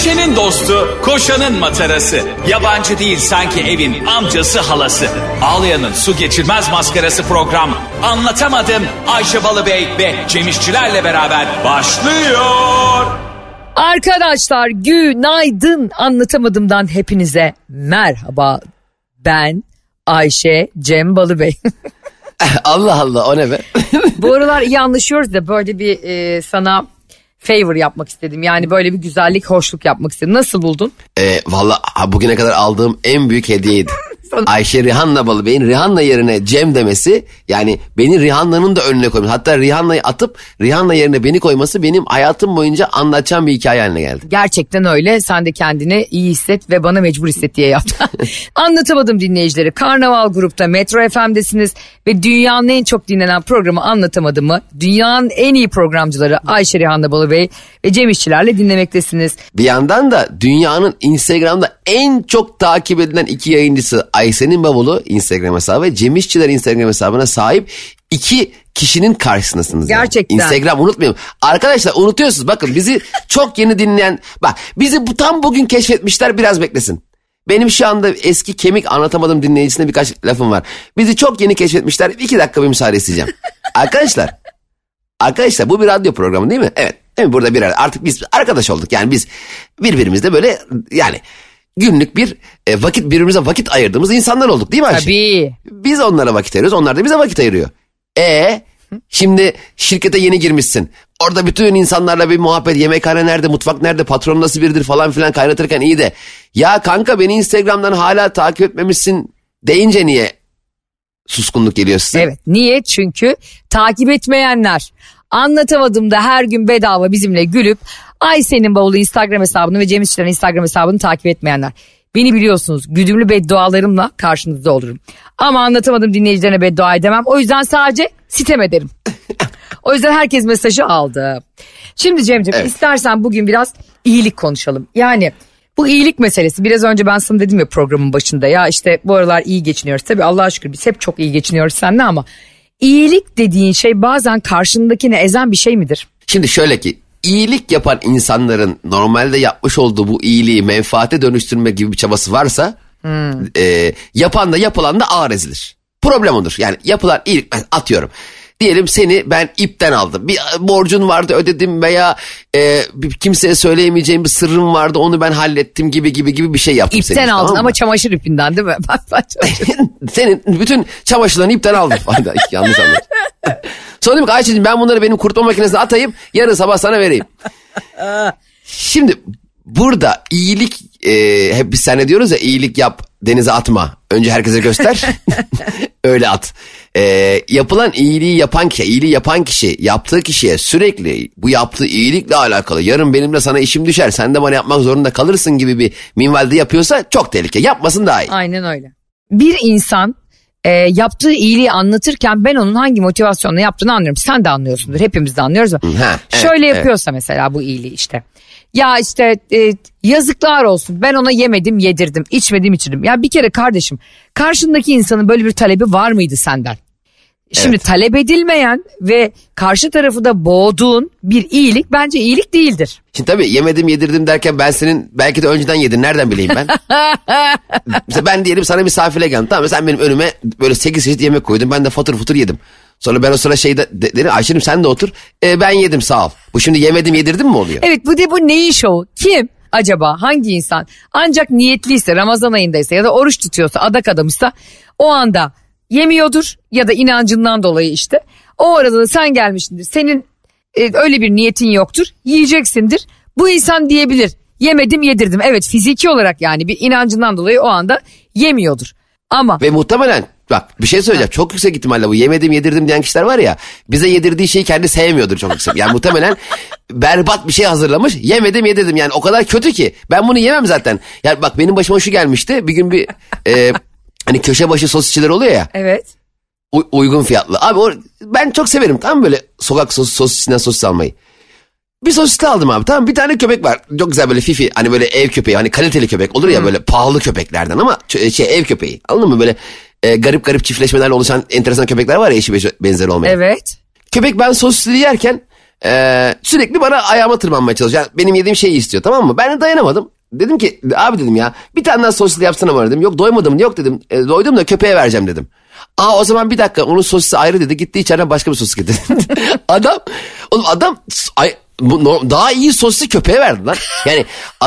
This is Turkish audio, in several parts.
Ayşe'nin dostu, koşanın matarası. Yabancı değil sanki evin amcası halası. Ağlayan'ın su geçirmez maskarası program. Anlatamadım Ayşe Balıbey ve Cemişçilerle beraber başlıyor. Arkadaşlar günaydın, Anlatamadım'dan hepinize merhaba. Ben Ayşe Cem Balıbey. Allah Allah, o ne be? Bu aralar iyi anlaşıyoruz da böyle bir sana favor yapmak istedim. Yani böyle bir güzellik, hoşluk yapmak istedim. Nasıl buldun? Valla bugüne kadar aldığım en büyük hediyeydi. Ayşe Rihanna Balıbey'in Rihanna yerine Cem demesi, yani beni Rihanna'nın da önüne koyması. Hatta Rihanna'yı atıp Rihanna yerine beni koyması benim hayatım boyunca anlatacağım bir hikaye haline geldi. Gerçekten öyle. Sen de kendini iyi hisset ve bana mecbur hisset diye yaptın. Anlatamadım dinleyicileri. Karnaval Grup'ta, Metro FM'desiniz ve dünyanın en çok dinlenen programı Anlatamadım'ı dünyanın en iyi programcıları Ayşe Rihanna Balıbey ve Cem İşçilerle dinlemektesiniz. Bir yandan da dünyanın Instagram'da en çok takip edilen iki yayıncısı Ayşe'nin bavulu Instagram hesabı ve Cem İşçiler Instagram hesabına sahip iki kişinin karşısındasınız. Gerçekten. Yani. Instagram unutmayalım. Arkadaşlar unutuyorsunuz, bakın bizi çok yeni dinleyen, bak bizi tam bugün keşfetmişler, biraz beklesin. Benim şu anda eski kemik Anlatamadım dinleyicisine birkaç lafım var. Bizi çok yeni keşfetmişler, 2 dakika bir müsaade isteyeceğim. Arkadaşlar bu bir radyo programı değil mi? Evet. Değil mi? Burada artık biz arkadaş olduk. Yani biz birbirimizle böyle yani günlük bir birbirimize vakit ayırdığımız insanlar olduk değil mi Ayşe? Tabii. Biz onlara vakit ayırıyoruz, onlar da bize vakit ayırıyor. Şimdi şirkete yeni girmişsin. Orada bütün insanlarla bir muhabbet, yemekhane nerede, mutfak nerede, patron nasıl biridir falan filan kaynatırken iyi de. Ya kanka beni Instagram'dan hala takip etmemişsin deyince niye suskunluk geliyor size? Evet, niye? Çünkü takip etmeyenler Anlatamadım'da her gün bedava bizimle gülüp Ayşe'nin bavulu Instagram hesabını ve Cem İşçiler'in Instagram hesabını takip etmeyenler. Beni biliyorsunuz, güdümlü beddualarımla karşınızda olurum. Ama Anlatamadım dinleyicilerine beddua edemem. O yüzden sadece sitem ederim. O yüzden herkes mesajı aldı. Şimdi Cem'ciğim, evet, istersen bugün biraz iyilik konuşalım. Yani bu iyilik meselesi, biraz önce ben sana dedim ya programın başında, ya işte bu aralar iyi geçiniyoruz. Tabii Allah'a şükür biz hep çok iyi geçiniyoruz seninle, ama iyilik dediğin şey bazen karşındakini ezen bir şey midir? Şimdi şöyle ki, iyilik yapan insanların normalde yapmış olduğu bu iyiliği menfaate dönüştürme gibi bir çabası varsa yapan da yapılan da ağır ezilir. Problem odur. Yani yapılan iyilik, atıyorum. Diyelim seni ben ipten aldım. Bir borcun vardı, ödedim, veya kimseye söyleyemeyeceğim bir sırrım vardı, onu ben hallettim gibi bir şey yaptım. İpten aldın, tamam, ama çamaşır ipinden değil mi? Senin bütün çamaşırlarını ipten aldım. Yanlış anladım. Sonra dedim ki Ayşe'cim, ben bunları benim kurutma makinesine atayım, yarın sabah sana vereyim. Şimdi burada iyilik, hep biz seninle diyoruz ya, iyilik yap denize atma. Önce herkese göster. Öyle at. Yapılan iyiliği yapan kişi yaptığı kişiye sürekli bu yaptığı iyilikle alakalı yarın benim de sana işim düşer, sen de bana yapmak zorunda kalırsın gibi bir minvalde yapıyorsa çok tehlike. Yapmasın daha iyi. Aynen öyle. Bir insan yaptığı iyiliği anlatırken ben onun hangi motivasyonla yaptığını anlıyorum. Sen de anlıyorsundur, hepimiz de anlıyoruz. Şöyle yapıyorsa mesela bu iyiliği işte. Ya işte yazıklar olsun, ben ona yemedim yedirdim, içmedim içirdim. Ya bir kere kardeşim, karşındaki insanın böyle bir talebi var mıydı senden? Şimdi talep edilmeyen ve karşı tarafı da boğduğun bir iyilik bence iyilik değildir. Şimdi tabii yemedim yedirdim derken ben senin belki de önceden yedin, nereden bileyim ben? Mesela ben diyelim sana misafire geldim, tamam, sen benim önüme böyle 8 çeşit yemek koydun, ben de fatır futur yedim. Sonra ben o sıra dedim Ayşe'cim sen de otur, ben yedim sağ ol. Bu şimdi yemedim yedirdim mi oluyor? Evet, bu neyin şovu? Kim acaba, hangi insan ancak niyetliyse, Ramazan ayındaysa ya da oruç tutuyorsa, adak adamışsa o anda yemiyordur ya da inancından dolayı işte. O arada da sen gelmişsindir, senin öyle bir niyetin yoktur, yiyeceksindir. Bu insan diyebilir yemedim yedirdim, evet fiziki olarak yani bir inancından dolayı o anda yemiyordur. Ama ve muhtemelen bak bir şey söyleyeceğim, çok yüksek ihtimalle bu yemedim yedirdim diyen kişiler var ya, bize yedirdiği şeyi kendi sevmiyordur çok yüksek. Yani muhtemelen berbat bir şey hazırlamış, yemedim yedirdim, yani o kadar kötü ki ben bunu yemem zaten. Yani bak benim başıma şu gelmişti bir gün, hani köşe başı sosisçiler oluyor ya. Evet. Uygun fiyatlı. Abi ben çok severim, tamam, böyle sokak sosisinden sosis almayı. Bir sosisli aldım abi, tamam, bir tane köpek var. Çok güzel böyle fifi, hani böyle ev köpeği, hani kaliteli köpek olur ya, böyle pahalı köpeklerden ama ev köpeği. Anladın mı, böyle garip çiftleşmelerle oluşan enteresan köpekler var ya, eşi benzeri olmayan. Evet. Köpek, ben sosisli yerken Sürekli bana ayağıma tırmanmaya çalışıyor. Yani benim yediğim şeyi istiyor, tamam mı? Ben de dayanamadım. Dedim ki abi dedim ya bir tane daha sosisli yapsana bana dedim. Yok doymadım, yok dedim. Doydum da köpeğe vereceğim dedim. O zaman bir dakika, onun sosisi ayrı dedi. Gitti içeriden başka bir sosis getirdi. Adam daha iyi sosisi köpeğe verdi lan. Yani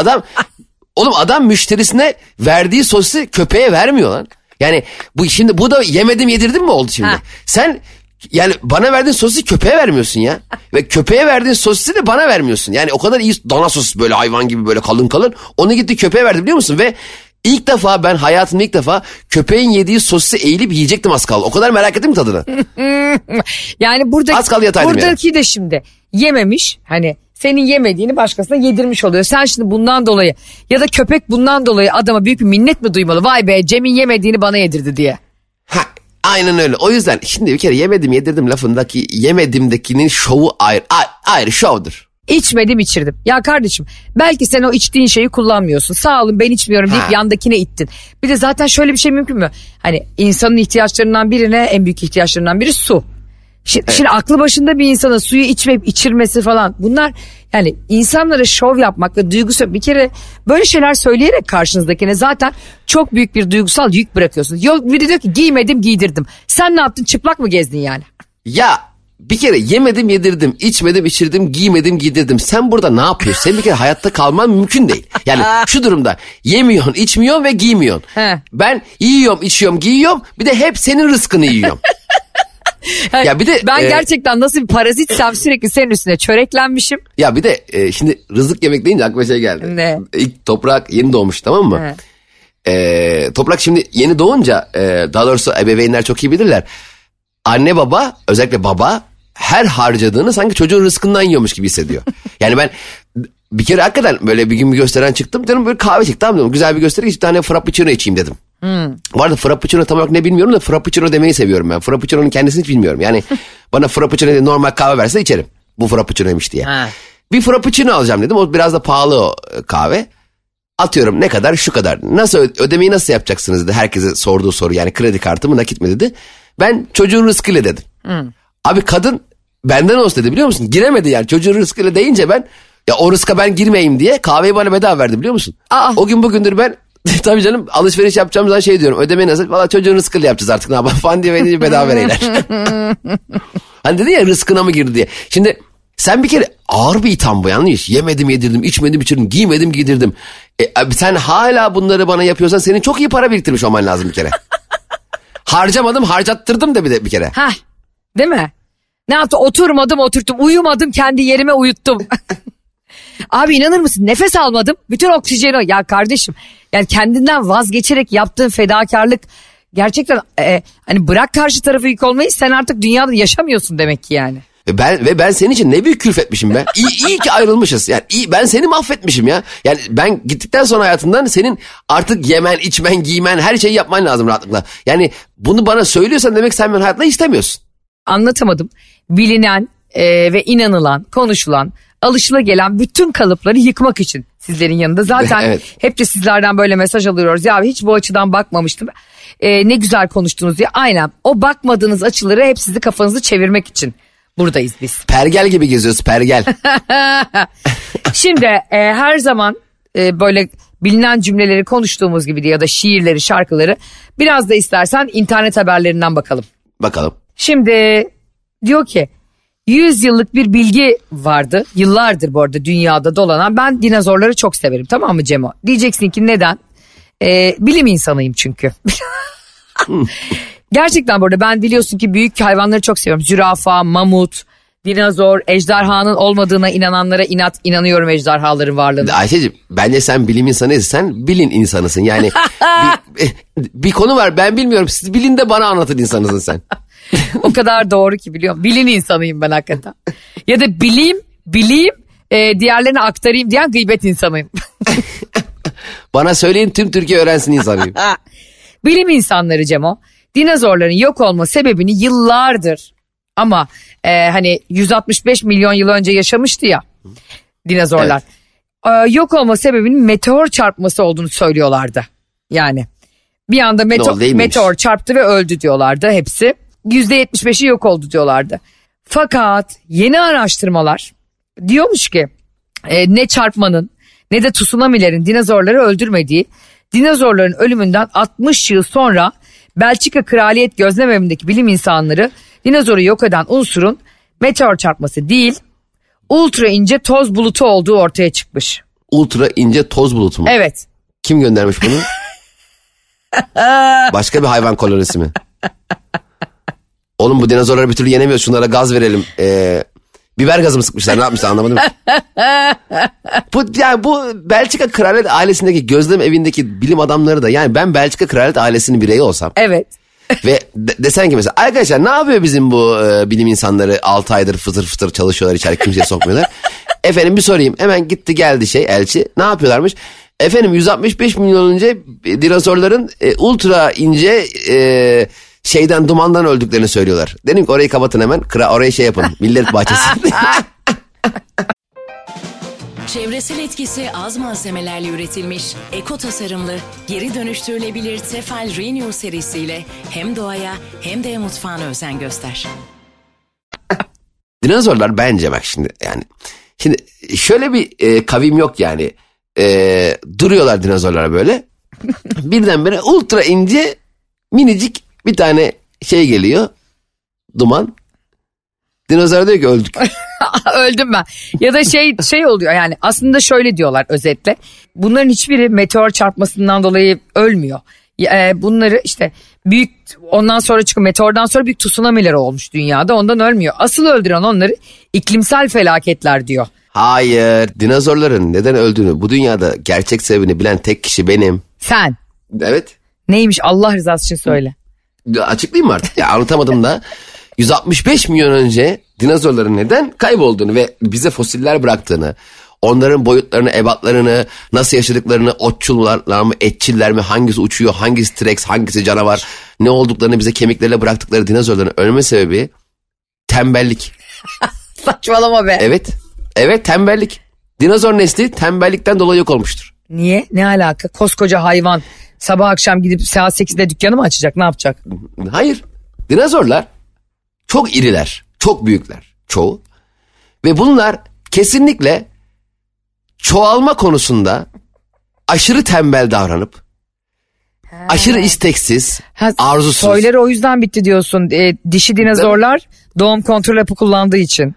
adam müşterisine verdiği sosisi köpeğe vermiyor lan. Yani bu da yemedim yedirdim mi oldu şimdi? Ha. Sen yani bana verdiğin sosisi köpeğe vermiyorsun ya. Ve köpeğe verdiğin sosisi de bana vermiyorsun. Yani o kadar iyi dana sosis, böyle hayvan gibi böyle kalın kalın. Onu gitti köpeğe verdi, biliyor musun? Ve ben hayatımda ilk defa köpeğin yediği sosisi eğilip yiyecektim az kaldı. O kadar merak ettim tadını. Yani buradaki de şimdi yememiş, hani senin yemediğini başkasına yedirmiş oluyor. Sen şimdi bundan dolayı ya da köpek bundan dolayı adama büyük bir minnet mi duymalı? Vay be, Cem'in yemediğini bana yedirdi diye. Aynen öyle. O yüzden şimdi bir kere yemedim yedirdim lafındaki yemedimdekinin şovu ayrı şovdur. İçmedim içirdim. Ya kardeşim, belki sen o içtiğin şeyi kullanmıyorsun. Sağ olun ben içmiyorum deyip yandakine ittin. Bir de zaten şöyle bir şey mümkün mü? Hani insanın ihtiyaçlarından en büyük ihtiyaçlarından biri su. Şimdi aklı başında bir insanın suyu içmeyip içirmesi falan, bunlar yani insanlara şov yapmak ve duygusal, bir kere böyle şeyler söyleyerek karşınızdakine zaten çok büyük bir duygusal yük bırakıyorsunuz. Biri diyor ki giymedim giydirdim. Sen ne yaptın, çıplak mı gezdin yani? Ya bir kere yemedim yedirdim, içmedim içirdim, giymedim giydirdim. Sen burada ne yapıyorsun? Senin bir kere hayatta kalman mümkün değil. Yani şu durumda yemiyorsun, içmiyorsun ve giymiyorsun. Ben yiyorum, içiyorum, giyiyorum, bir de hep senin rızkını yiyorum. Ya bir de ben gerçekten nasıl bir parazitsem sürekli senin üstüne çöreklenmişim. Ya bir de şimdi rızık yemek deyince aklıma şey geldi. Ne? İlk Toprak yeni doğmuş, tamam mı? Toprak şimdi yeni doğunca daha doğrusu ebeveynler çok iyi bilirler. Anne baba, özellikle baba her harcadığını sanki çocuğun rızkından yiyormuş gibi hissediyor. Yani ben bir kere hakikaten böyle bir gün bir gösteren çıktım. Canım böyle kahve çekti, tamam dedim. Güzel bir gösteri, bir tane frappuccino içeyim dedim. Bu arada frappuccino tam olarak ne bilmiyorum da frappuccino demeyi seviyorum ben. Frappuccino'nun kendisini hiç bilmiyorum. Yani bana frappuccino diye normal kahve verse içerim. Bu frappuccino'ymuş diye. Bir frappuccino alacağım dedim. O biraz da pahalı o kahve. Atıyorum ne kadar, şu kadar. Nasıl ödemeyi nasıl yapacaksınız dedi. Herkese sorduğu soru, yani kredi kartı mı nakit mi dedi. Ben çocuğun rızkıyla dedim. Abi kadın benden olsun dedi, biliyor musun? Giremedi yani, çocuğun rızkıyla deyince ben ya o rızka ben girmeyeyim diye kahveyi bana bedava verdi, biliyor musun? O gün bugündür ben tabii canım alışveriş yapacağım zaman şey diyorum, ödemeyi nasıl? Valla çocuğun rızkıyla yapacağız artık, ne yapalım falan diye bedava vereyler. Hani dedin ya rızkına mı girdi diye. Şimdi sen bir kere ağır bir itham bu, yanlış. Yemedim yedirdim, içmedim içirdim, giymedim giydirdim. Sen hala bunları bana yapıyorsan senin çok iyi para biriktirmiş olman lazım bir kere. Harcamadım harcattırdım da bir kere. Değil mi? Ne yaptı? Oturmadım oturttum, uyumadım kendi yerime uyuttum. Abi inanır mısın, nefes almadım, bütün oksijeni. Ya kardeşim, yani kendinden vazgeçerek yaptığın fedakarlık gerçekten hani bırak karşı tarafı yük olmayı, sen artık dünyada yaşamıyorsun demek ki yani. Ben senin için ne büyük külfetmişim be. İyi ki ayrılmışız. Yani ben seni mahvetmişim ya. Yani ben gittikten sonra hayatından senin artık yemen, içmen, giymen, her şeyi yapman lazım rahatlıkla. Yani bunu bana söylüyorsan demek sen benim hayatımda istemiyorsun. Anlatamadım. Bilinen ve inanılan, konuşulan, alışıлагelen bütün kalıpları yıkmak için sizlerin yanında. Zaten evet. Hep de sizlerden böyle mesaj alıyoruz. Ya hiç bu açıdan bakmamıştım. Ne güzel konuştunuz diye. Aynen o bakmadığınız açıları hep sizi kafanızı çevirmek için buradayız biz. Pergel gibi geziyoruz, pergel. Şimdi her zaman böyle bilinen cümleleri konuştuğumuz gibi ya da şiirleri, şarkıları biraz da istersen internet haberlerinden bakalım. Bakalım. Şimdi diyor ki 100 yıllık bir bilgi vardı. Yıllardır bu arada dünyada dolanan. Ben dinozorları çok severim, tamam mı Cemo? Diyeceksin ki neden? Bilim insanıyım çünkü. Gerçekten bu arada ben biliyorsun ki büyük hayvanları çok seviyorum. Zürafa, mamut, dinozor, ejderhanın olmadığına inananlara inanıyorum ejderhaların varlığına. Ayşe'cim bence sen bilim insanıysan sen bilin insanısın. Yani bir konu var ben bilmiyorum, siz bilin de bana anlatın insanısın sen. O kadar doğru ki biliyorum. Bilin insanıyım ben hakikaten. Ya da bileyim diğerlerine aktarayım diyen gıybet insanıyım. Bana söyleyin tüm Türkiye öğrensin insanıyım. Bilim insanları Cemo, dinozorların yok olma sebebini yıllardır ama hani 165 milyon yıl önce yaşamıştı ya dinozorlar. Evet. Yok olma sebebinin meteor çarpması olduğunu söylüyorlardı. Yani bir anda meteor çarptı ve öldü diyorlardı hepsi. %75'i yok oldu diyorlardı. Fakat yeni araştırmalar diyormuş ki ne çarpmanın ne de tsunamilerin dinozorları öldürmediği, dinozorların ölümünden 60 yıl sonra Belçika Kraliyet Gözlemevindeki bilim insanları dinozoru yok eden unsurun meteor çarpması değil, ultra ince toz bulutu olduğu ortaya çıkmış. Ultra ince toz bulutu mu? Evet. Kim göndermiş bunu? Başka bir hayvan kolonisi mi? Oğlum bu dinozorları bir türlü yenemiyoruz, şunlara gaz verelim. Biber gazı mı sıkmışlar, ne yapmışlar anlamadım. Bu Belçika Kraliyet ailesindeki gözlem evindeki bilim adamları da, yani ben Belçika Kraliyet ailesinin bireyi olsam. Evet. Ve desen ki mesela arkadaşlar ne yapıyor bizim bu bilim insanları 6 aydır fıtır fıtır çalışıyorlar, içeri kimseye sokmuyorlar. Efendim bir sorayım, hemen gitti geldi elçi, ne yapıyorlarmış? Efendim 165 milyon önce dinozorların ultra ince şeyden, dumandan öldüklerini söylüyorlar. Dedim ki orayı kapatın hemen, orayı yapın, millet bahçesi. Çevresel etkisi az malzemelerle üretilmiş, eko tasarımlı, geri dönüştürülebilir Tefal Renew serisiyle hem doğaya hem de mutfağına özen göster. Dinozorlar bence bak şimdi şöyle bir kavim yok yani. Duruyorlar dinozorlara böyle. Birdenbire ultra ince minicik bir tane geliyor. Duman. Dinozor diyor ki öldük. Öldüm ben. Ya da oluyor yani, aslında şöyle diyorlar özetle. Bunların hiçbiri meteor çarpmasından dolayı ölmüyor. Bunları büyük, ondan sonra çıkan meteordan sonra büyük tsunamiler olmuş dünyada, ondan ölmüyor. Asıl öldüren onları iklimsel felaketler diyor. Hayır, dinozorların neden öldüğünü bu dünyada gerçek sebebini bilen tek kişi benim. Sen. Evet. Neymiş, Allah rızası için söyle. Açıklayayım mı artık? Ya anlatamadım da. 165 milyon önce dinozorların neden kaybolduğunu ve bize fosiller bıraktığını, onların boyutlarını, ebatlarını, nasıl yaşadıklarını, otçullar mı, etçiller mi, hangisi uçuyor, hangisi T-Rex, hangisi canavar, ne olduklarını bize kemikleriyle bıraktıkları dinozorların ölme sebebi tembellik. Saçmalama be. Evet tembellik. Dinozor nesli tembellikten dolayı yok olmuştur. Niye? Ne alaka? Koskoca hayvan sabah akşam gidip saat 8'de dükkanı mı açacak? Ne yapacak? Hayır. Dinozorlar çok iriler, çok büyükler çoğu. Ve bunlar kesinlikle çoğalma konusunda aşırı tembel davranıp, aşırı isteksiz, arzusuz. Soyları o yüzden bitti diyorsun. Dişi dinozorlar doğum kontrol hapı kullandığı için.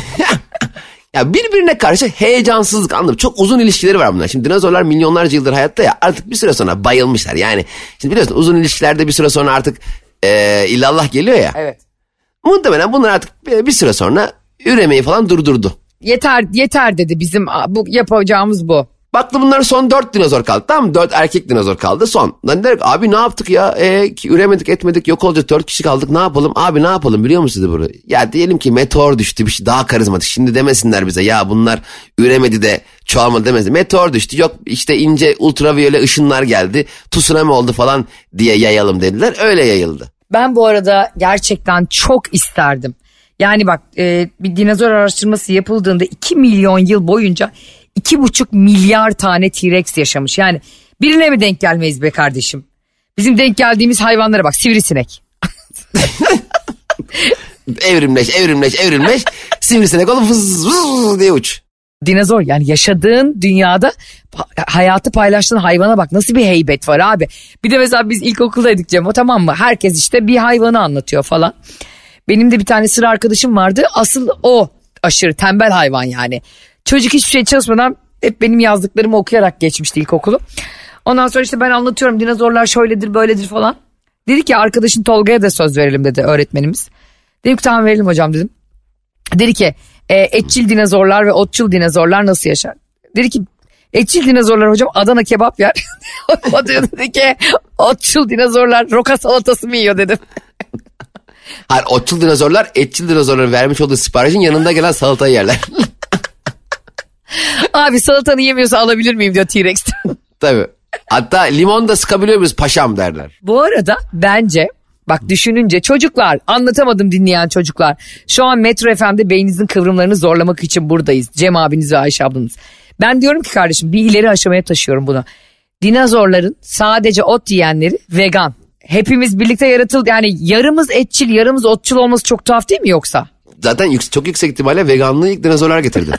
Ya birbirine karşı heyecansızlık, anladım. Çok uzun ilişkileri var bunlar. Şimdi dinozorlar milyonlarca yıldır hayatta ya, artık bir süre sonra bayılmışlar. Yani şimdi biliyorsun uzun ilişkilerde bir süre sonra artık illallah geliyor ya. Evet. Muhtemelen bunlar artık bir süre sonra üremeyi falan durdurdu. Yeter dedi, bizim bu yapacağımız bu. Baktı bunlar son 4 dinozor kaldı, tamam mı? 4 erkek dinozor kaldı son. Lan der abi ne yaptık ya? Üremedik etmedik, yok olacak, 4 kişi kaldık, ne yapalım? Abi ne yapalım biliyor musunuz dedi bunu? Ya diyelim ki meteor düştü, bir şey daha karizmatik. Şimdi demesinler bize ya bunlar üremedi de çoğalmadı demesin. Meteor düştü, yok ince ultraviyole ışınlar geldi, tsunami oldu falan diye yayalım dediler. Öyle yayıldı. Ben bu arada gerçekten çok isterdim. Yani bak bir dinozor araştırması yapıldığında 2 milyon yıl boyunca 2,5 milyar tane T-Rex yaşamış. Yani birine mi denk gelmeyiz be kardeşim? Bizim denk geldiğimiz hayvanlara bak, sivrisinek. evrimleş. Sivrisinek olup vız vız diye uç. Dinozor, yani yaşadığın dünyada hayatı paylaştığın hayvana bak, nasıl bir heybet var abi. Bir de mesela biz ilkokuldaydık Cemo, tamam mı? Herkes bir hayvanı anlatıyor falan. Benim de bir tane sıra arkadaşım vardı. Asıl o aşırı tembel hayvan yani. Çocuk hiçbir şey çalışmadan hep benim yazdıklarımı okuyarak geçmişti ilkokulu. Ondan sonra ben anlatıyorum, dinozorlar şöyledir böyledir falan. Dedi ki arkadaşın Tolga'ya da söz verelim dedi öğretmenimiz. Dedim ki tamam verelim hocam dedim. Dedi ki etçil dinozorlar ve otçul dinozorlar nasıl yaşar? Dedi ki etçil dinozorlar hocam Adana kebap yer. O dedi ki otçul dinozorlar roka salatası mı yiyor dedim. Hayır, otçul dinozorlar etçil dinozorların vermiş olduğu siparişin yanında gelen salatayı yerler. Abi salatanı yemiyorsa alabilir miyim diyor T-Rex'ten. Tabii. Hatta limon da sıkabiliyor muyuz paşam derler. Bu arada bence bak düşününce çocuklar, anlatamadım dinleyen çocuklar. Şu an Metro FM'de beyninizin kıvrımlarını zorlamak için buradayız. Cem abiniz ve Ayşe ablanız. Ben diyorum ki kardeşim, bir ileri aşamaya taşıyorum bunu. Dinozorların sadece ot yiyenleri vegan. Hepimiz birlikte yaratıldı, yani yarımız etçil yarımız otçul olması çok tuhaf değil mi yoksa? zaten çok yüksek ihtimalle veganlığı ilk dinozorlar getirdi.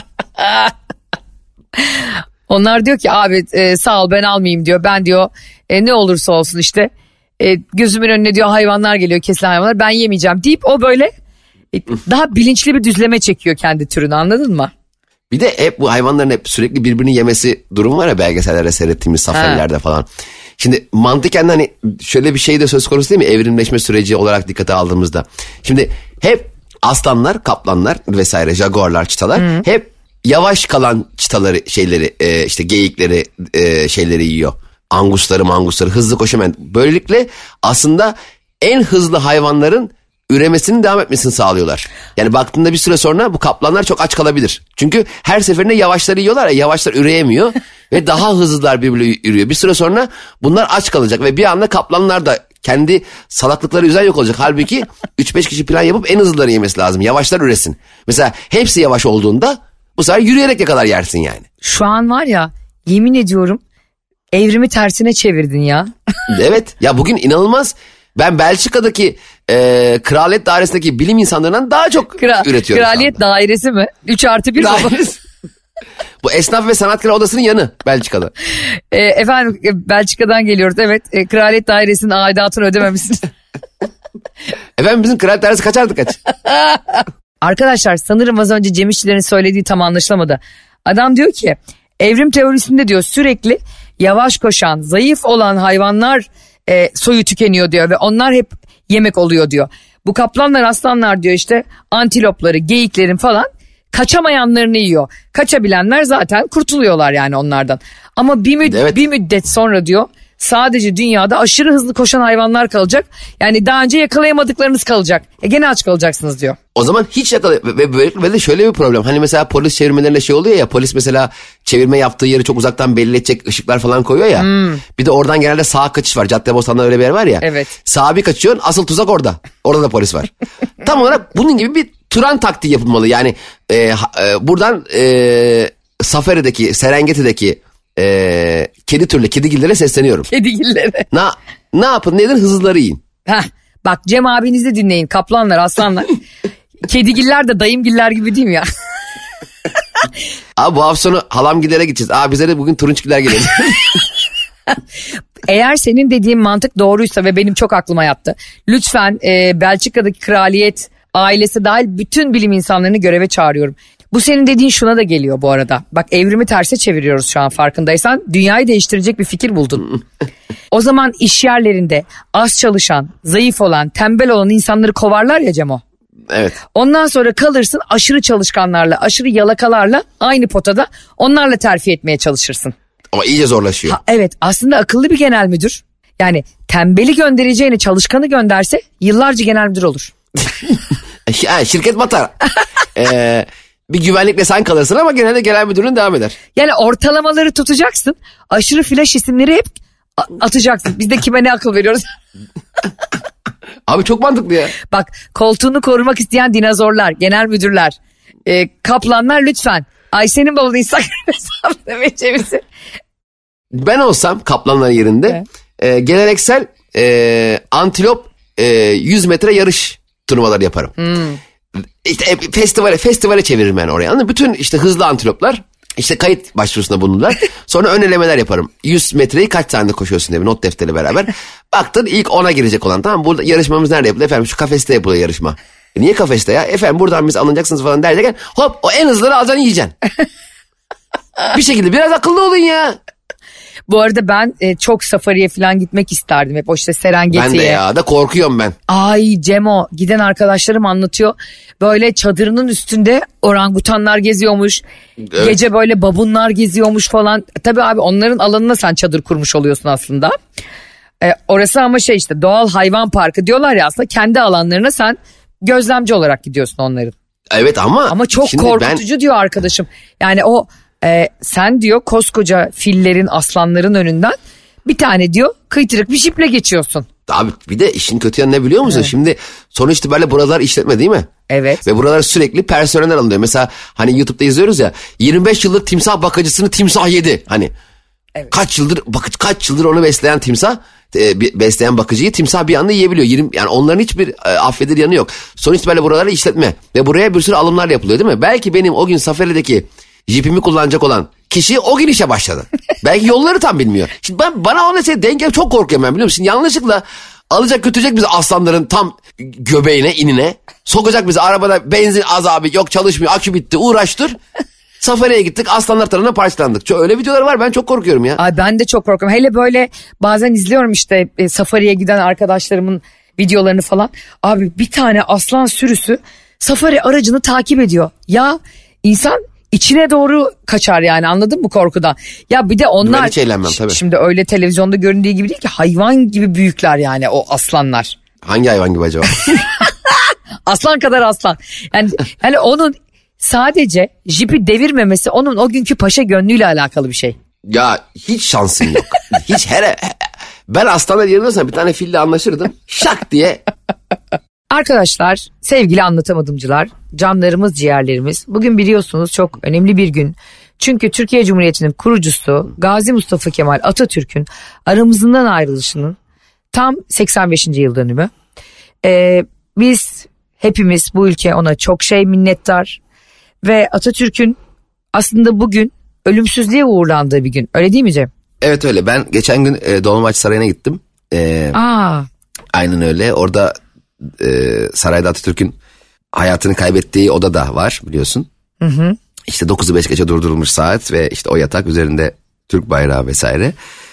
Onlar diyor ki abi sağ ol ben almayayım diyor. Ben diyor ne olursa olsun işte gözümün önüne diyor hayvanlar geliyor, kesilen hayvanlar, ben yemeyeceğim deyip o böyle daha bilinçli bir düzleme çekiyor kendi türünü, anladın mı? Bir de hep bu hayvanların hep sürekli birbirini yemesi durum var ya, belgesellerde seyrettiğimiz safarilerde falan. Şimdi mantıken hani şöyle bir şey de söz konusu değil mi? Evrimleşme süreci olarak dikkate aldığımızda. Şimdi hep aslanlar, kaplanlar vesaire, jaguarlar, çitalar hep yavaş kalan çitaları, şeyleri, işte geyikleri, şeyleri yiyor. Angusları hızlı koşamayan. Böylelikle aslında en hızlı hayvanların üremesinin devam etmesini sağlıyorlar. Yani baktığında bir süre sonra bu kaplanlar çok aç kalabilir. Çünkü her seferinde yavaşları yiyorlar ya, yavaşlar üreyemiyor ve daha hızlılar birbirine ürüyor. Bir süre sonra bunlar aç kalacak ve bir anda kaplanlar da kendi salaklıkları yüzünden yok olacak. Halbuki 3-5 kişi plan yapıp en hızlıları yemesi lazım. Yavaşlar üresin. Mesela hepsi yavaş olduğunda bu sefer yürüyerek ne kadar yersin yani. Şu an var ya, yemin ediyorum evrimi tersine çevirdin ya. Evet ya, bugün inanılmaz. Ben Belçika'daki kraliyet dairesindeki bilim insanlarından daha çok üretiyorum. Kraliyet dairesi mi? 3+1 dairesi. Bu esnaf ve sanatkar odasının yanı Belçika'da. Efendim Belçika'dan geliyoruz. Evet, kraliyet dairesinin aidatını ödememişsiniz. Efendim bizim kraliyet dairesi kaçardı kaç? Arkadaşlar sanırım az önce Cem İşçilerin söylediği tam anlaşılamadı. Adam diyor ki evrim teorisinde diyor sürekli yavaş koşan, zayıf olan hayvanlar soyu tükeniyor diyor ve onlar hep yemek oluyor diyor. Bu kaplanlar, aslanlar diyor işte antilopları, geyiklerin falan kaçamayanlarını yiyor. Kaçabilenler zaten kurtuluyorlar yani onlardan. Ama bir müddet sonra diyor sadece dünyada aşırı hızlı koşan hayvanlar kalacak. Yani daha önce yakalayamadıklarınız kalacak. Gene aç kalacaksınız diyor. O zaman hiç ve de şöyle bir problem. Hani mesela polis çevirmelerinde şey oluyor ya, polis mesela çevirme yaptığı yeri çok uzaktan belli edecek ışıklar falan koyuyor ya. Bir de oradan genelde sağa kaçış var. Caddebostan'da öyle bir yer var ya. Evet. Sağa bir kaçıyorsun, asıl tuzak orada. Orada da polis var. Tam olarak bunun gibi bir Turan taktiği yapılmalı. Yani buradan Safari'deki, Serengeti'deki kedi türlü kedigillere sesleniyorum. Kedigillere. Ne yapın, ne edin, hızlıları yiyin. Bak Cem abinizi dinleyin, kaplanlar, aslanlar. Kedigiller de dayımgiller gibi değil mi ya? Abi bu hafta sonu halamgillere gideceğiz. Abi bize de bugün turunçgiller geliyor. Eğer senin dediğin mantık doğruysa ve benim çok aklıma yattı. Lütfen Belçika'daki kraliyet ailesi dahil bütün bilim insanlarını göreve çağırıyorum. Bu senin dediğin şuna da geliyor bu arada. Bak evrimi terse çeviriyoruz şu an, farkındaysan. Dünyayı değiştirecek bir fikir buldun. O zaman iş yerlerinde az çalışan, zayıf olan, tembel olan insanları kovarlar ya Cemo. Evet. Ondan sonra kalırsın aşırı çalışkanlarla, aşırı yalakalarla aynı potada, onlarla terfi etmeye çalışırsın. Ama iyice zorlaşıyor. Evet, aslında akıllı bir genel müdür. Yani tembeli göndereceğini çalışkanı gönderse yıllarca genel müdür olur. Şirket batar. Bir güvenlikle sen kalırsın ama genelde genel müdürlüğün devam eder. Yani ortalamaları tutacaksın. Aşırı flash isimleri hep atacaksın. Biz de kime ne akıl veriyoruz? Abi çok mantıklı ya. Bak koltuğunu korumak isteyen dinozorlar, genel müdürler, kaplanlar lütfen. Ayşe'nin babanın Instagram hesabına vereceğimizi. Ben olsam kaplanların yerinde geleneksel antilop 100 metre yarış turnuvaları yaparım. İşte festivale çeviririm yani oraya. Anladın? Bütün işte hızlı antiloplar işte kayıt başvurusunda bulunurlar. Sonra ön elemeler yaparım. 100 metreyi kaç saniyede koşuyorsun diye bir not defteri beraber. Baktın ilk 10'a girecek olan, tamam, burada yarışmamız nerede yapılıyor? Efendim şu kafeste yapılıyor yarışma. Niye kafeste ya? Efendim buradan biz alınacaksınız falan derken hop o en hızlıları alacaksın, yiyeceksin. Bir şekilde biraz akıllı olun ya. Bu arada ben çok safariye falan gitmek isterdim. Hep o işte Serengeti'ye. Ben de ya, da korkuyorum ben. Ay Cemo, giden arkadaşlarım anlatıyor. Böyle çadırının üstünde orangutanlar geziyormuş. Evet. Gece böyle babunlar geziyormuş falan. Tabii abi onların alanına sen çadır kurmuş oluyorsun aslında. Orası ama şey işte doğal hayvan parkı diyorlar ya, aslında kendi alanlarına sen gözlemci olarak gidiyorsun onların. Evet ama çok korkutucu diyor arkadaşım. Yani o sen diyor koskoca fillerin, aslanların önünden bir tane diyor kıytırık bir jiple geçiyorsun. Abi bir de işin kötü yanı ne biliyor musun? Evet. Şimdi sonuçta böyle buralar işletme değil mi? Evet. Ve buralar sürekli personel alınıyor. Mesela hani YouTube'da izliyoruz ya, 25 yıllık timsah bakıcısını timsah yedi. Hani Evet. Kaç yıldır onu besleyen timsah, besleyen bakıcıyı timsah bir anda yiyebiliyor. Yani onların hiçbir affeder yanı yok. Sonuç itibariyle buralara işletme ve buraya bir sürü alımlar yapılıyor değil mi? Belki benim o gün Safari'deki jipimi kullanacak olan kişi o gün işe başladı. Belki yolları tam bilmiyor. Şimdi bana ona denk çok korkuyorum ben, biliyor musun? Şimdi yanlışlıkla alacak götürecek bizi aslanların tam göbeğine, inine. Sokacak bizi arabada, benzin az abi, yok çalışmıyor, akü bitti, uğraştır. Safari'ye gittik, aslanlar tarafından parçalandık. Öyle videolar var, ben çok korkuyorum ya. Ay ben de çok korkuyorum. Hele böyle bazen izliyorum işte Safari'ye giden arkadaşlarımın videolarını falan. Abi bir tane aslan sürüsü Safari aracını takip ediyor. Ya insan içine doğru kaçar yani, anladın mı korkudan? Ya bir de onlar ben hiç eğlenmem, tabii. Şimdi öyle televizyonda göründüğü gibi değil ki, hayvan gibi büyükler yani o aslanlar. Hangi hayvan gibi acaba? Aslan kadar aslan. Yani onun sadece jipi devirmemesi onun o günkü paşa gönlüyle alakalı bir şey. Ya hiç şansın yok. Hiç ben aslanlar yerine olsam bir tane fille anlaşırdım. Şak diye. Arkadaşlar, sevgili anlatamadımcılar, canlarımız, ciğerlerimiz, bugün biliyorsunuz çok önemli bir gün. Çünkü Türkiye Cumhuriyeti'nin kurucusu Gazi Mustafa Kemal Atatürk'ün aramızdan ayrılışının tam 85. yıl dönümü. Biz hepimiz, bu ülke ona çok minnettar ve Atatürk'ün aslında bugün ölümsüzlüğe uğurlandığı bir gün, öyle değil mi Cem? Evet öyle, ben geçen gün Dolmabahçe Sarayı'na gittim. Aynen öyle, orada sarayda Atatürk'ün hayatını kaybettiği oda da var biliyorsun. Hı hı. İşte 9'u 5 geçe durdurulmuş saat ve işte o yatak üzerinde Türk bayrağı vesaire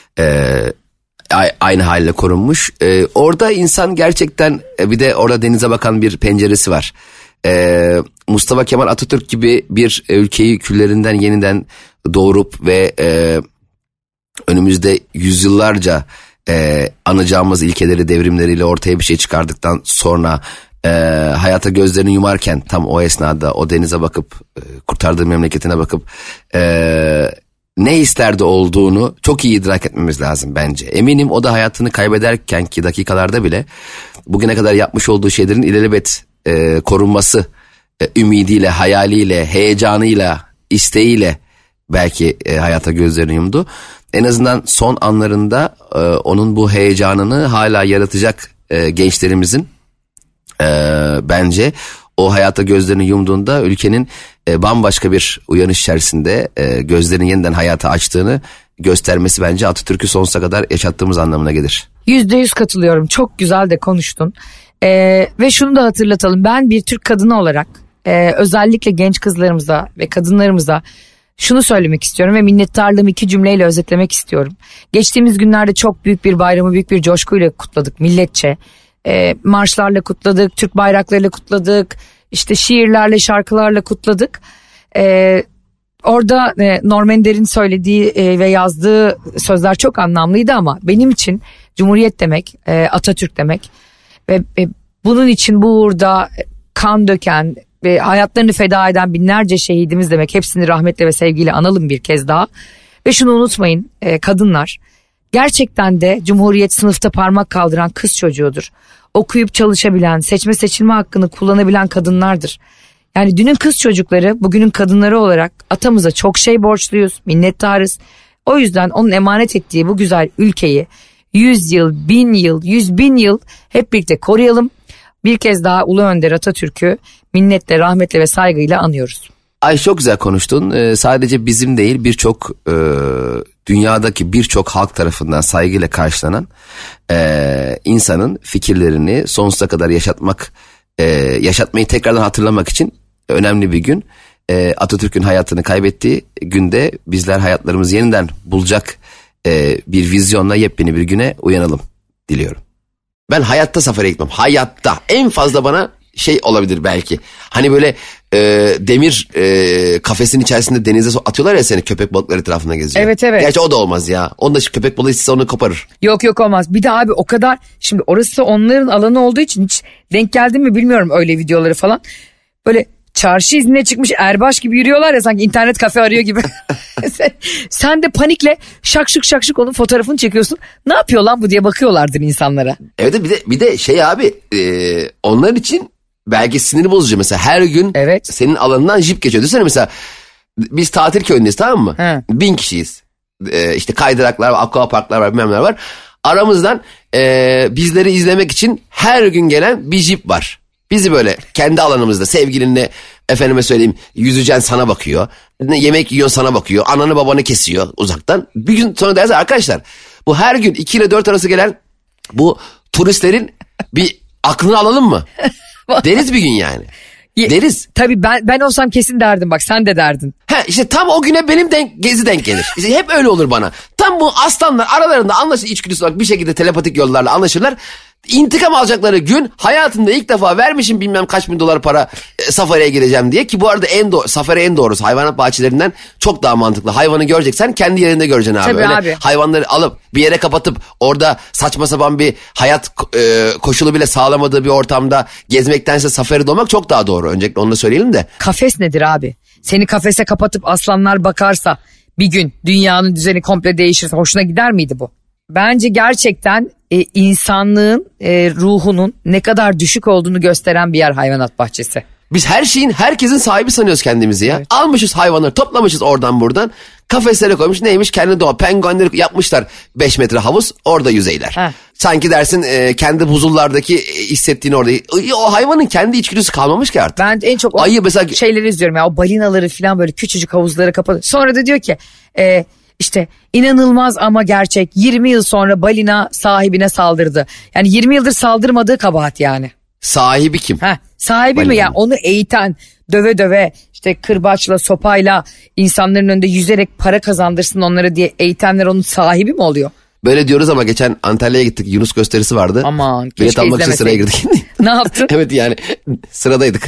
aynı haliyle korunmuş. Orada insan gerçekten, bir de orada denize bakan bir penceresi var. Mustafa Kemal Atatürk gibi bir ülkeyi küllerinden yeniden doğurup ve önümüzde yüzyıllarca anacağımız ilkeleri, devrimleriyle ortaya bir şey çıkardıktan sonra hayata gözlerini yumarken tam o esnada o denize bakıp kurtardığı memleketine bakıp ne isterdi olduğunu çok iyi idrak etmemiz lazım bence. Eminim o da hayatını kaybederkenki dakikalarda bile bugüne kadar yapmış olduğu şeylerin ilelebet korunması ümidiyle, hayaliyle, heyecanıyla, isteğiyle belki hayata gözlerini yumdu. En azından son anlarında onun bu heyecanını hala yaratacak gençlerimizin bence o hayata gözlerini yumduğunda ülkenin bambaşka bir uyanış içerisinde gözlerini yeniden hayata açtığını göstermesi bence Atatürk'ü sonsuza kadar yaşattığımız anlamına gelir. %100 katılıyorum. Çok güzel de konuştun. Ve şunu da hatırlatalım. Ben bir Türk kadını olarak özellikle genç kızlarımıza ve kadınlarımıza şunu söylemek istiyorum ve minnettarlığımı 2 cümleyle özetlemek istiyorum. Geçtiğimiz günlerde çok büyük bir bayramı büyük bir coşkuyla kutladık milletçe. Marşlarla kutladık, Türk bayraklarıyla kutladık, işte şiirlerle, şarkılarla kutladık. Orada Norman Ender'in söylediği ve yazdığı sözler çok anlamlıydı ama benim için Cumhuriyet demek, Atatürk demek ve bunun için bu uğurda kan döken ve hayatlarını feda eden binlerce şehidimiz demek. Hepsini rahmetle ve sevgiyle analım bir kez daha. Ve şunu unutmayın kadınlar, gerçekten de Cumhuriyet sınıfta parmak kaldıran kız çocuğudur. Okuyup çalışabilen, seçme seçilme hakkını kullanabilen kadınlardır. Yani dünün kız çocukları bugünün kadınları olarak atamıza çok borçluyuz, minnettarız. O yüzden onun emanet ettiği bu güzel ülkeyi 100 yıl, 1000 yıl, 100.000 yıl hep birlikte koruyalım. Bir kez daha Ulu Önder Atatürk'ü minnetle, rahmetle ve saygıyla anıyoruz. Ay çok güzel konuştun. Sadece bizim değil, birçok dünyadaki birçok halk tarafından saygıyla karşılanan insanın fikirlerini sonsuza kadar yaşatmayı tekrardan hatırlamak için önemli bir gün. Atatürk'ün hayatını kaybettiği günde bizler hayatlarımızı yeniden bulacak bir vizyonla yepyeni bir güne uyanalım diliyorum. Ben hayatta safariye gitmem. Hayatta. En fazla bana olabilir belki. Hani böyle demir kafesin içerisinde denize atıyorlar ya seni, köpek balıkları etrafında geziyor. Evet. Gerçi o da olmaz ya. Onda köpek balığı ise onu koparır. Yok olmaz. Bir de abi o kadar, şimdi orası onların alanı olduğu için hiç denk geldin mi bilmiyorum öyle videoları falan. Böyle çarşı iznine çıkmış erbaş gibi yürüyorlar ya, sanki internet kafe arıyor gibi. Sen de panikle şakşık onun fotoğrafını çekiyorsun. Ne yapıyor lan bu diye bakıyorlardır insanlara. Evet, bir de abi onlar için belki sinir bozucu. Mesela her gün senin alanından jip geçiyor. Düşünsene mesela biz tatil köyündeyiz, tamam mı? 1000 kişiyiz. işte kaydıraklar var, aquaparklar var, bilmem neler var. Aramızdan bizleri izlemek için her gün gelen bir jip var. Bizi böyle kendi alanımızda sevgilinle efendime söyleyeyim yüzeceksin sana bakıyor. Yemek yiyorsun sana bakıyor. Ananı babanı kesiyor uzaktan. Bir gün sonra derse arkadaşlar bu her gün 2 ile 4 arası gelen bu turistlerin bir aklını alalım mı? Deriz bir gün yani. Deriz. Tabii ben olsam kesin derdim, bak sen de derdin. İşte tam o güne benim gezi denk gelir. İşte hep öyle olur bana. Tam bu aslanlar aralarında anlaşır, içgüdüsü olarak bir şekilde telepatik yollarla anlaşırlar. İntikam alacakları gün hayatımda ilk defa vermişim bilmem kaç bin dolar para safariye gireceğim diye. Ki bu arada safari en doğrusu hayvanat bahçelerinden çok daha mantıklı. Hayvanı göreceksen kendi yerinde göreceksin abi. Tabii öyle abi. Hayvanları alıp bir yere kapatıp orada saçma sapan bir hayat koşulu bile sağlamadığı bir ortamda gezmektense safaride olmak çok daha doğru. Öncelikle onu da söyleyelim de. Kafes nedir abi? Seni kafese kapatıp aslanlar bakarsa bir gün dünyanın düzeni komple değişirse hoşuna gider miydi bu? Bence gerçekten insanlığın ruhunun ne kadar düşük olduğunu gösteren bir yer hayvanat bahçesi. Biz her şeyin herkesin sahibi sanıyoruz kendimizi ya. Evet. Almışız hayvanları toplamışız oradan buradan. Kafeslere koymuş neymiş kendi doğa. Penguenleri yapmışlar 5 metre havuz orada yüzeyler. Heh. Sanki dersin kendi buzullardaki hissettiğini orada. O hayvanın kendi içgüdüsü kalmamış ki artık. Ben en çok ayı mesela şeyleri izliyorum ya, o balinaları falan böyle küçücük havuzları kapatıyor. Sonra da diyor ki işte inanılmaz ama gerçek 20 yıl sonra balina sahibine saldırdı. Yani 20 yıldır saldırmadığı kabahat yani. Sahibi kim? Sahibi balina mi ya? Onu eğiten, döve döve işte kırbaçla sopayla insanların önünde yüzerek para kazandırsın onlara diye eğitenler onun sahibi mi oluyor? Böyle diyoruz ama geçen Antalya'ya gittik, Yunus gösterisi vardı. Aman keşke bilet almak için sıraya girdik. Ne yaptın? Evet yani sıradaydık.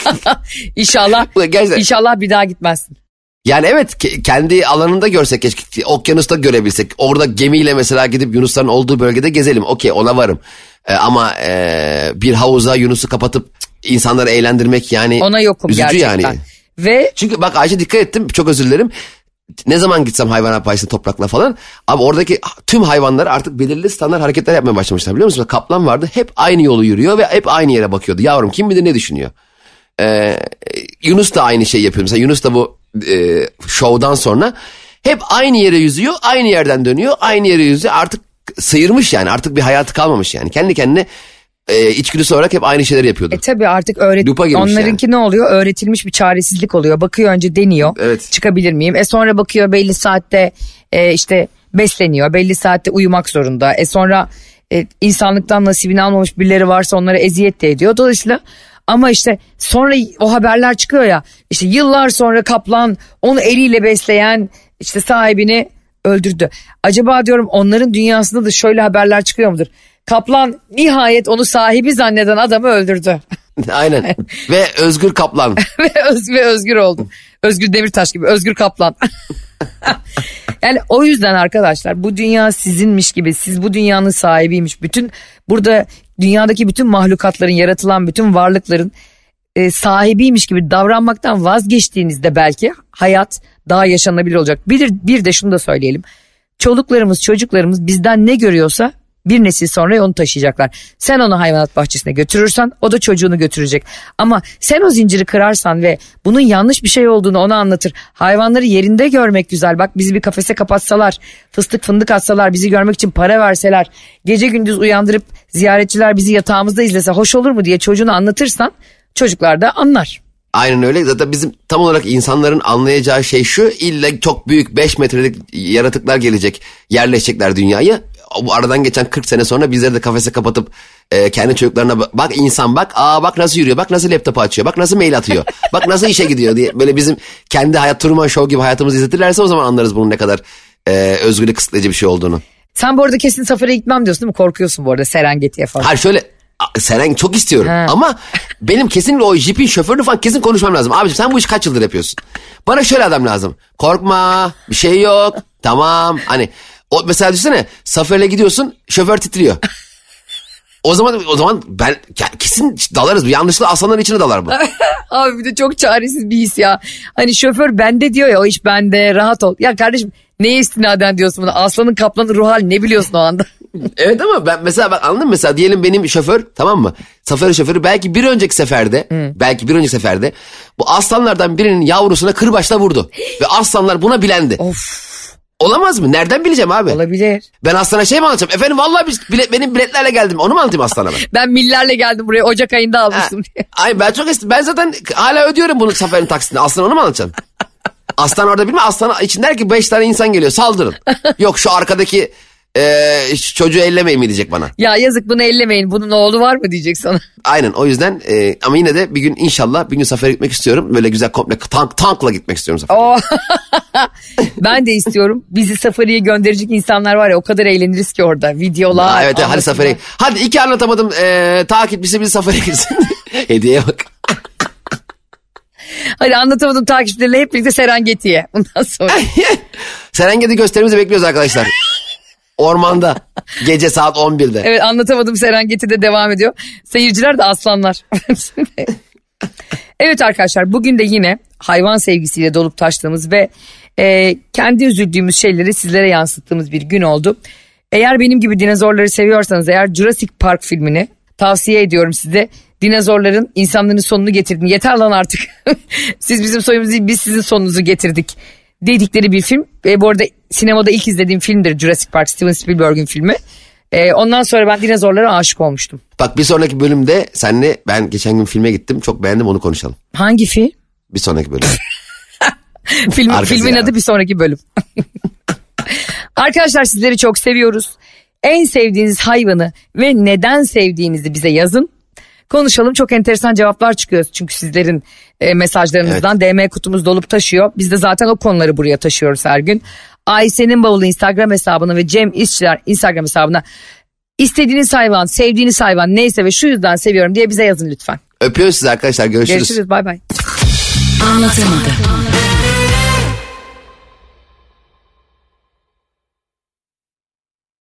İnşallah bir daha gitmezsin. Yani evet kendi alanında görsek keşke, okyanusta görebilsek. Orada gemiyle mesela gidip Yunusların olduğu bölgede gezelim. Okey ona varım. Ama bir havuza Yunus'u kapatıp insanları eğlendirmek yani ona yokum üzücü gerçekten. Yani. Ve çünkü bak Ayşe dikkat ettim, çok özür dilerim. Ne zaman gitsem hayvanat bahçesine toprakla falan. Abi oradaki tüm hayvanlar artık belirli standart hareketler yapmaya başlamışlar biliyor musun? Kaplan vardı, hep aynı yolu yürüyor ve hep aynı yere bakıyordu. Yavrum kim bilir ne düşünüyor. Yunus da aynı şey yapıyor. Mesela Yunus da bu şovdan sonra hep aynı yere yüzüyor, aynı yerden dönüyor, aynı yere yüzüyor. Artık sıyırmış yani, artık bir hayatı kalmamış yani. Kendi kendine içgüdüsü olarak hep aynı şeyleri yapıyordu. Tabii artık onlarınki yani. Ne oluyor? Öğretilmiş bir çaresizlik oluyor. Bakıyor önce deniyor. Evet. Çıkabilir miyim? Sonra bakıyor belli saatte işte besleniyor. Belli saatte uyumak zorunda. Sonra insanlıktan nasibini almamış birileri varsa onlara eziyet de ediyor. Dolayısıyla ama işte sonra o haberler çıkıyor ya, işte yıllar sonra kaplan onu eliyle besleyen işte sahibini öldürdü. Acaba diyorum onların dünyasında da şöyle haberler çıkıyor mudur? Kaplan nihayet onu sahibi zanneden adamı öldürdü. Aynen ve özgür kaplan. ve özgür oldu. Özgür Demirtaş gibi özgür kaplan. Yani o yüzden arkadaşlar bu dünya sizinmiş gibi, siz bu dünyanın sahibiymiş. Bütün burada dünyadaki bütün mahlukatların, yaratılan bütün varlıkların sahibiymiş gibi davranmaktan vazgeçtiğinizde belki hayat daha yaşanabilir olacak. Bir de şunu da söyleyelim. Çoluklarımız, çocuklarımız bizden ne görüyorsa bir nesil sonra onu taşıyacaklar. Sen onu hayvanat bahçesine götürürsen o da çocuğunu götürecek. Ama sen o zinciri kırarsan ve bunun yanlış bir şey olduğunu ona anlatır. Hayvanları yerinde görmek güzel. Bak bizi bir kafese kapatsalar, fıstık fındık atsalar, bizi görmek için para verseler, gece gündüz uyandırıp ziyaretçiler bizi yatağımızda izlese hoş olur mu diye çocuğuna anlatırsan çocuklar da anlar. Aynen öyle. Zaten bizim tam olarak insanların anlayacağı şey şu: illa çok büyük 5 metrelik yaratıklar gelecek, yerleşecekler dünyayı. Bu aradan geçen 40 sene sonra bizleri de kafese kapatıp kendi çocuklarına bak insan bak, bak nasıl yürüyor, bak nasıl laptopu açıyor, bak nasıl mail atıyor, bak nasıl işe gidiyor diye böyle bizim kendi hayat Truman Show gibi hayatımızı izletirlerse o zaman anlarız bunun ne kadar özgürlüğü kısıtlayıcı bir şey olduğunu. Sen bu arada kesin safariye gitmem diyorsun değil mi? Korkuyorsun bu arada Serengeti'ye falan. Hayır şöyle, Serengeti çok istiyorum ama benim kesinlikle o jipin şoförünü falan kesin konuşmam lazım. Abiciğim sen bu işi kaç yıldır yapıyorsun? Bana şöyle adam lazım. Korkma, bir şey yok, tamam hani. O mesela düşünsene, safariye gidiyorsun, şoför titriyor. O zaman ben kesin dalarız. Yanlışlıkla aslanların içine dalar bu. Abi bir de çok çaresiz bir his ya. Hani şoför bende diyor ya, o iş bende, rahat ol. Ya kardeşim neye istinaden diyorsun bunu? Aslanın kaplanın ruh hali ne biliyorsun o anda? Evet ama ben mesela bak anladın mı? Mesela diyelim benim şoför, tamam mı? Safari şoförü belki bir önceki seferde bu aslanlardan birinin yavrusuna kırbaçla vurdu. Ve aslanlar buna bilendi. Of. Olamaz mı? Nereden bileceğim abi? Olabilir. Ben Aslan'a şey mi anlatacağım? Efendim vallahi benim biletlerle geldim. Onu mu anlatayım Aslan'a ben? Ben millerle geldim buraya, Ocak ayında almıştım diye. Ay ben çok ben zaten hala ödüyorum bunun seferin taksitini. Aslan onu mu anlatacaksın? Aslan orada bilmem, Aslan için der ki 5 tane insan geliyor, saldırın. Yok şu arkadaki çocuğu ellemeyin mi diyecek bana. Ya yazık, bunu ellemeyin, bunun oğlu var mı diyecek sana. Aynen, o yüzden ama yine de bir gün inşallah bir gün sefere gitmek istiyorum. Böyle güzel komple tankla gitmek istiyorum sefere. Oh. Ben de istiyorum. Bizi safariye gönderecek insanlar var ya, o kadar eğleniriz ki orada. Videolar. Evet hadi sefere. Hadi 2 anlatamadım takipçisi bizi sefere gitsin. Hediyeye bak. Hadi anlatamadım takipçileriyle hep birlikte Serengeti'ye. Bundan sonra. Serengeti gösterimizi bekliyoruz arkadaşlar. Ormanda. Gece saat 11'de. Evet, anlatamadım Serengeti'de devam ediyor. Seyirciler de aslanlar. Evet arkadaşlar, bugün de yine hayvan sevgisiyle dolup taştığımız ve kendi üzüldüğümüz şeyleri sizlere yansıttığımız bir gün oldu. Eğer benim gibi dinozorları seviyorsanız eğer, Jurassic Park filmini tavsiye ediyorum size. Dinozorların insanların sonunu getirdin. Yeter lan artık. Siz bizim soyumuzu değil, biz sizin sonunuzu getirdik dedikleri bir film. Bu arada sinemada ilk izlediğim filmdir Jurassic Park, Steven Spielberg'in filmi. Ondan sonra ben dinozorlara aşık olmuştum. Bak bir sonraki bölümde senle ben geçen gün filme gittim. Çok beğendim, onu konuşalım. Hangi film? Bir sonraki bölüm. Filmin adı bir sonraki bölüm. Arkadaşlar sizleri çok seviyoruz. En sevdiğiniz hayvanı ve neden sevdiğinizi bize yazın. Konuşalım, çok enteresan cevaplar çıkıyor. Çünkü sizlerin mesajlarınızdan DM kutumuz dolup taşıyor. Biz de zaten o konuları buraya taşıyoruz her gün. Ayşe'nin bavulu Instagram hesabına ve Cem İşçiler Instagram hesabına istediğiniz hayvan, sevdiğiniz hayvan neyse ve şu yüzden seviyorum diye bize yazın lütfen. Öpüyoruz sizi arkadaşlar, görüşürüz. Görüşürüz, bay bay. Anlatamadım.